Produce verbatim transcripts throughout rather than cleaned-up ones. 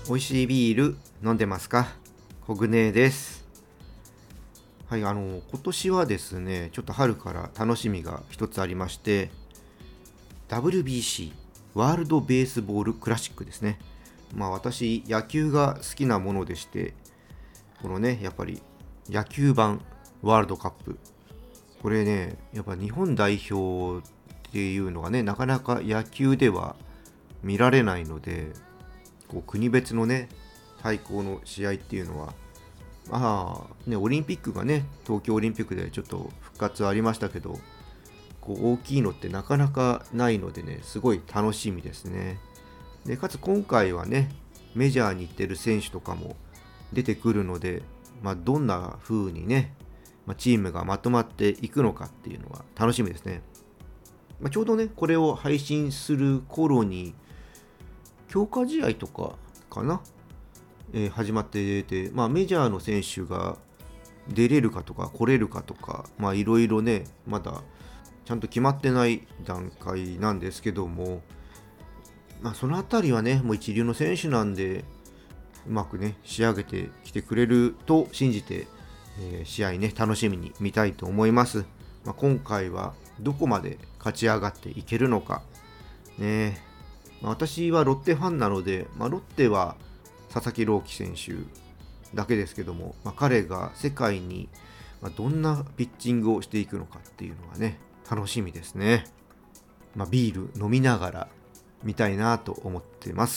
美味しいビール飲んでますか？コグネです。はい、あの今年はですね、ちょっと春から楽しみが一つありまして、ダブリュービーシー ワールドベースボールクラシックですね。まあ私野球が好きなものでして、このねやっぱり野球版ワールドカップ、これねやっぱ日本代表っていうのがねなかなか野球では見られないので、こう国別のね対抗の試合っていうのは、まあね、オリンピックがね東京オリンピックでちょっと復活ありましたけど、こう大きいのってなかなかないのでね、すごい楽しみですね。でかつ今回はねメジャーに行ってる選手とかも出てくるので、まあ、どんな風にね、まあ、チームがまとまっていくのかっていうのが楽しみですね。まあ、ちょうどねこれを配信する頃に強化試合とかかな、えー始まってて、まあ、メジャーの選手が出れるかとか来れるかとか、まあいろいろねまだちゃんと決まってない段階なんですけども、まあ、そのあたりはねもう一流の選手なんで、うまくね仕上げてきてくれると信じて、えー試合ね楽しみに見たいと思います。まあ、今回はどこまで勝ち上がっていけるのかね。まあ私はロッテファンなので、まあ、ロッテは佐々木朗希選手だけですけども、まあ、彼が世界にまあどんなピッチングをしていくのかっていうのがね楽しみですね。まあ、ビール飲みながら見たいなと思ってます。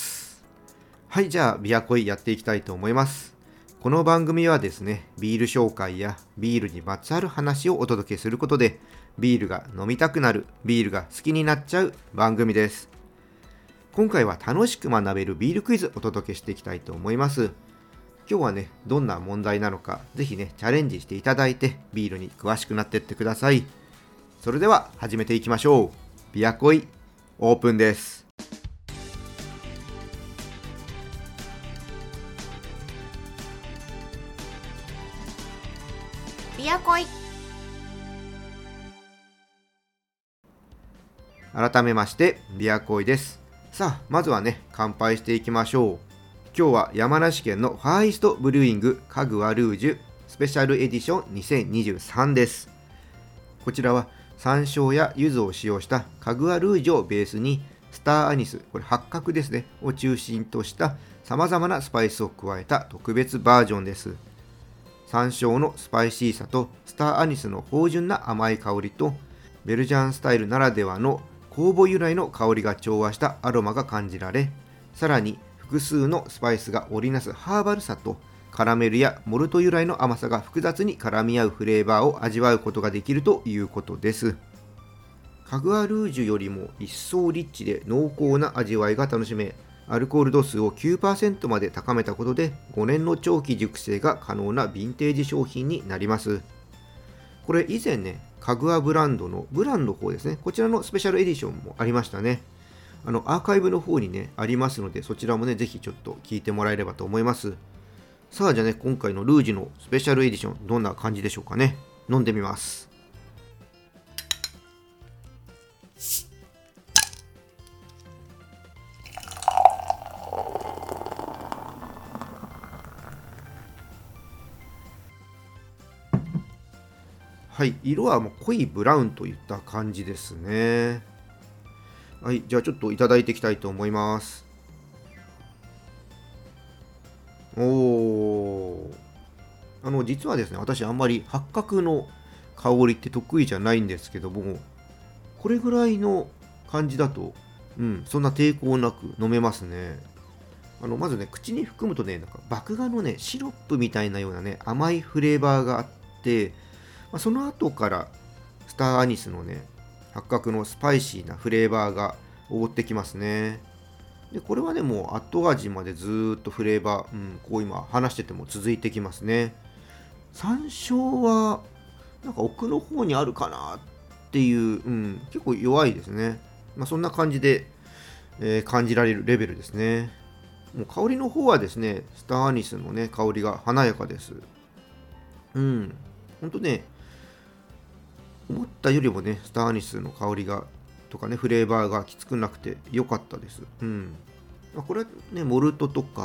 はい、じゃあビアコイやっていきたいと思います。この番組はですね、ビール紹介やビールにまつわる話をお届けすることで、ビールが飲みたくなる、ビールが好きになっちゃう番組です。今回は楽しく学べるビールクイズをお届けしていきたいと思います。今日はね、どんな問題なのか、ぜひね、チャレンジしていただいて、ビールに詳しくなっていってください。それでは始めていきましょう。ビアコイオープンです。 ビアコイ。 改めましてビアコイです。さあまずはね乾杯していきましょう。今日は山梨県のファーイーストブリューイングカグアルージュスペシャルエディションにせんにじゅうさんです。こちらは山椒や柚子を使用したカグアルージュをベースにスターアニス、これ八角ですねを中心としたさまざまなスパイスを加えた特別バージョンです。山椒のスパイシーさとスターアニスの芳醇な甘い香りとベルジャンスタイルならではの酵母由来の香りが調和したアロマが感じられ、さらに複数のスパイスが織りなすハーバルさとカラメルやモルト由来の甘さが複雑に絡み合うフレーバーを味わうことができるということです。カグアルージュよりも一層リッチで濃厚な味わいが楽しめ、アルコール度数を きゅうパーセント まで高めたことでごねんの長期熟成が可能なヴィンテージ商品になります。これ以前ね、カグアブランドのブランの方ですね、こちらのスペシャルエディションもありましたね。あのアーカイブの方にねありますので、そちらもねぜひちょっと聞いてもらえればと思います。さあじゃあね、今回のルージュのスペシャルエディションどんな感じでしょうかね。飲んでみます。はい、色はもう濃いブラウンといった感じですね。はい、じゃあちょっといただいていきたいと思います。おー、あの実はですね、私あんまり八角の香りって得意じゃないんですけども、これぐらいの感じだと、うん、そんな抵抗なく飲めますね。あのまずね、口に含むとね、なんか麦芽のね、シロップみたいなようなね、甘いフレーバーがあって、まあ、その後からスターアニスのね、八角のスパイシーなフレーバーが覆ってきますね。で、これはね、もう後味までずーっとフレーバー、うん、こう今話してても続いてきますね。山椒は、なんか奥の方にあるかなっていう、うん、結構弱いですね。まあ、そんな感じで、えー感じられるレベルですね。もう香りの方はですね、スターアニスのね、香りが華やかです。うん。ほんとね、思ったよりもね、スターアニスの香りが、とかね、フレーバーがきつくなくて良かったです。うん。まあこれはね、モルトとか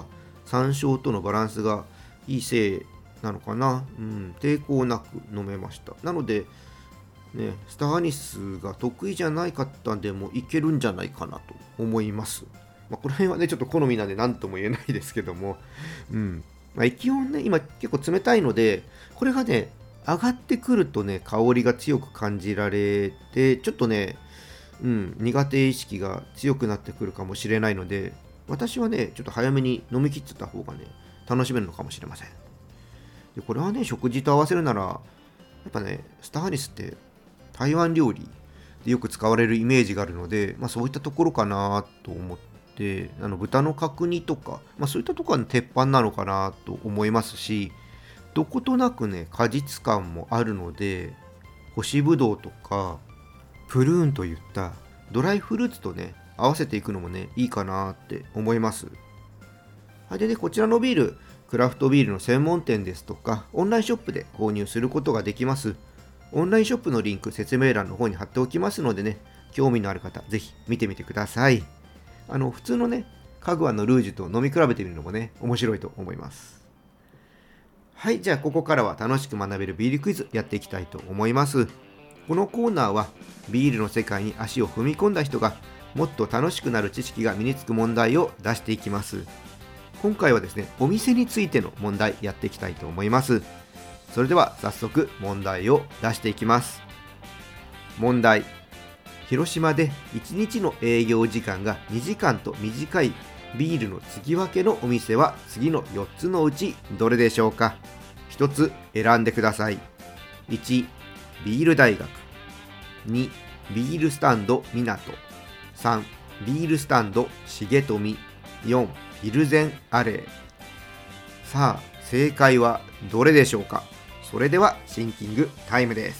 山椒とのバランスがいいせいなのかな、うん、抵抗なく飲めました。なので、ね、スターアニスが得意じゃない方でもいけるんじゃないかなと思います。まあ、この辺はね、ちょっと好みなんで何とも言えないですけども、うんまあ、気温ね、今結構冷たいので、これがね、上がってくるとね、香りが強く感じられて、ちょっとね、うん、苦手意識が強くなってくるかもしれないので、私はね、ちょっと早めに飲み切ってた方がね、楽しめるのかもしれません。でこれはね、食事と合わせるなら、やっぱね、スターアニスって台湾料理でよく使われるイメージがあるので、まあ、そういったところかなと思って、あの豚の角煮とか、まあ、そういったところは、ね、鉄板なのかなと思いますし、どことなくね、果実感もあるので、干しぶどうとか、プルーンといったドライフルーツとね、合わせていくのもね、いいかなって思います。はい、でね、こちらのビール、クラフトビールの専門店ですとか、オンラインショップで購入することができます。オンラインショップのリンク、説明欄の方に貼っておきますのでね、興味のある方、ぜひ見てみてください。あの、普通のね、カグアのルージュと飲み比べてみるのもね、面白いと思います。はい、じゃあここからは楽しく学べるビールクイズやっていきたいと思います。このコーナーは、ビールの世界に足を踏み込んだ人が、もっと楽しくなる知識が身につく問題を出していきます。今回はですね、お店についての問題やっていきたいと思います。それでは早速問題を出していきます。問題。広島でいちにちの営業時間がにじかんと短いビールの継ぎ分けのお店は次のよっつのうちどれでしょうか。ひとつ選んでください。いち、ビール大学。に、ビールスタンド港。さん、ビールスタンド重富。よん、ビルゼンアレー。さあ、正解はどれでしょうか。それではシンキングタイムです。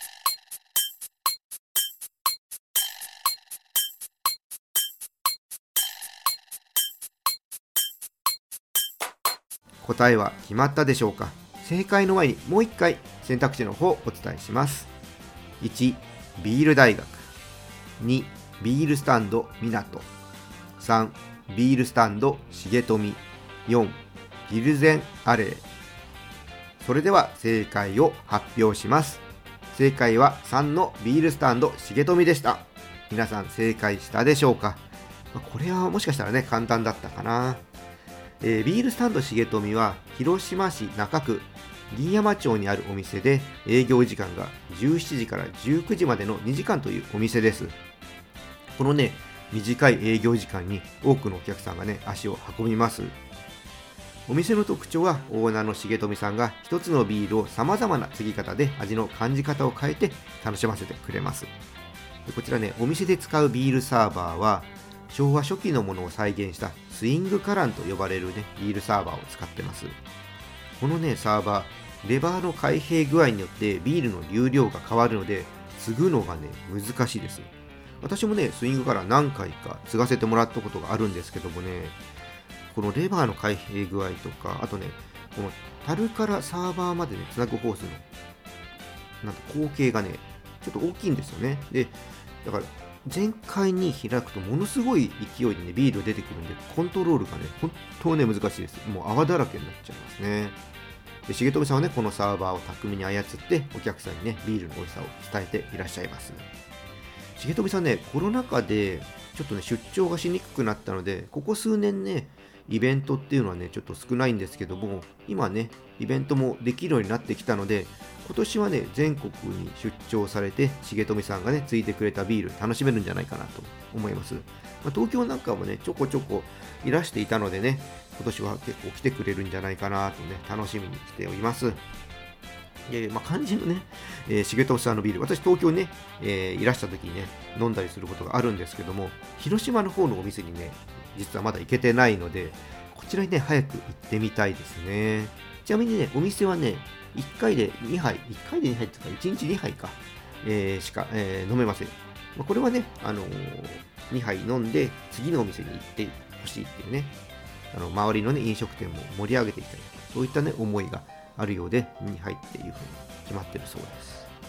答えは決まったでしょうか。正解の前にもう一回選択肢の方をお伝えします。いち、ビール大学。に、ビールスタンド港。さん、ビールスタンド重富。よん、ビルゼンアレー。それでは正解を発表します。正解はさんのビールスタンド重富でした。皆さん正解したでしょうか。これはもしかしたらね、簡単だったかな。えー、ビールスタンド重富は広島市中区銀山町にあるお店で、営業時間がじゅうしちじからじゅうくじまでのにじかんというお店です。このね、短い営業時間に多くのお客さんがね、足を運びます。お店の特徴は、オーナーの重富さんが一つのビールを様々な継ぎ方で味の感じ方を変えて楽しませてくれます。でこちらね、お店で使うビールサーバーは昭和初期のものを再現したスイングカランと呼ばれるね、ビールサーバーを使ってます。このね、サーバー、レバーの開閉具合によってビールの流量が変わるので、継ぐのがね、難しいです。私もね、スイングカラン何回か継がせてもらったことがあるんですけどもね、このレバーの開閉具合とか、あとね、この樽からサーバーまでね、つなぐホースのなんか口径がね、ちょっと大きいんですよね。で、だから全開に開くとものすごい勢いでね、ビールが出てくるんで、コントロールがね、本当ね、難しいです。もう泡だらけになっちゃいますね。で、重富さんはね、このサーバーを巧みに操って、お客さんにね、ビールの美味しさを伝えていらっしゃいます。重富さんね、コロナ禍でちょっとね、出張がしにくくなったので、ここ数年ね、イベントっていうのはね、ちょっと少ないんですけども、今ね、イベントもできるようになってきたので、今年はね、全国に出張されて、重富さんがね、ついてくれたビール楽しめるんじゃないかなと思います。まあ、東京なんかもね、ちょこちょこいらしていたのでね、今年は結構来てくれるんじゃないかなとね、楽しみにしております。えー、まあ、肝心のね、えー、重富さんのビール、私東京ね、えー、いらした時にね、飲んだりすることがあるんですけども、広島の方のお店にね、実はまだ行けてないので、こちらにね、早く行ってみたいですね。ちなみにね、お店はね、いっかいでにはい、いっかいでにはいっていうか、いちにちにはいか、えー、しか、えー、飲めません。まあ、これはね、あのー、にはい飲んで、次のお店に行ってほしいっていうね、あの周りのね、飲食店も盛り上げていきたい、そういったね、思いがあるようで、にはいっていうふうに決まってるそうです。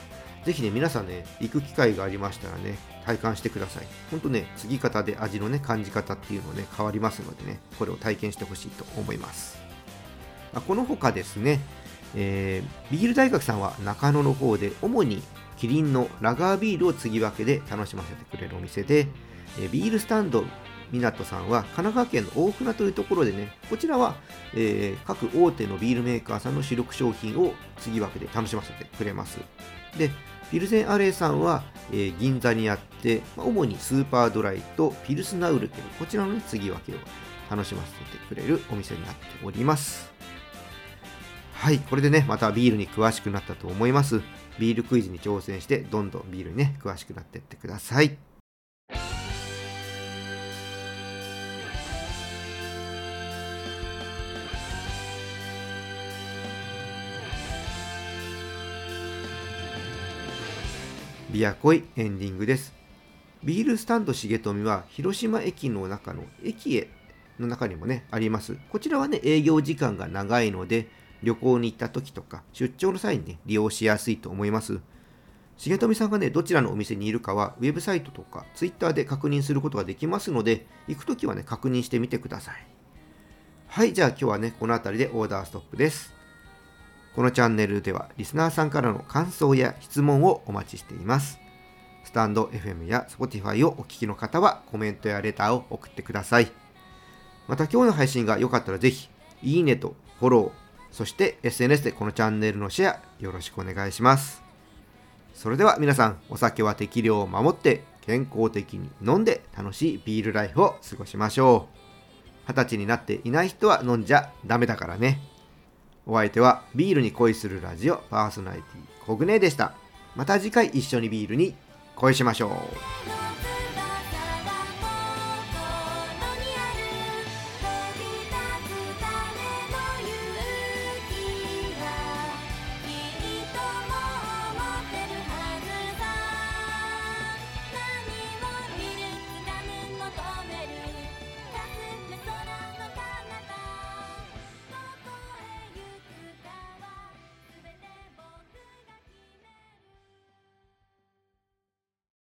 ぜひね、皆さんね、行く機会がありましたらね、体感してください。ほんとね、継ぎ方で味のね、感じ方っていうのね、変わりますのでね、これを体験してほしいと思います。まあ、この他ですね、えー、ビール大学さんは中野の方で、主にキリンのラガービールを継ぎ分けで楽しませてくれるお店で、えー、ビールスタンド港さんは神奈川県の大船というところでね、こちらは、えー、各大手のビールメーカーさんの主力商品を継ぎ分けで楽しませてくれます。で、ピルゼンアレイさんは、えー、銀座にあって、まあ、主にスーパードライとピルスナウルというこちらの、ね、継ぎ分けを楽しませてくれるお店になっております。はい、これでね、またビールに詳しくなったと思います。ビールクイズに挑戦して、どんどんビールにね、詳しくなっていってください。ビアコイエンディングです。ビールスタンド重富は広島駅の中の駅への中にもねあります。こちらはね営業時間が長いので旅行に行った時とか出張の際にね利用しやすいと思います。重富さんがねどちらのお店にいるかはウェブサイトとかツイッターで確認することができますので、行く時はね確認してみてください。はい、じゃあ今日はねこの辺りでオーダーストップです。このチャンネルではリスナーさんからの感想や質問をお待ちしています。スタンド エフエム や Spotify をお聞きの方はコメントやレターを送ってください。また今日の配信が良かったらぜひいいねとフォロー、そして エスエヌエス でこのチャンネルのシェアよろしくお願いします。それでは皆さん、お酒は適量を守って健康的に飲んで楽しいビールライフを過ごしましょう。はたちになっていない人は飲んじゃダメだからね。お相手はビールに恋するラジオパーソナリティコグネでした。また次回一緒にビールに恋しましょう。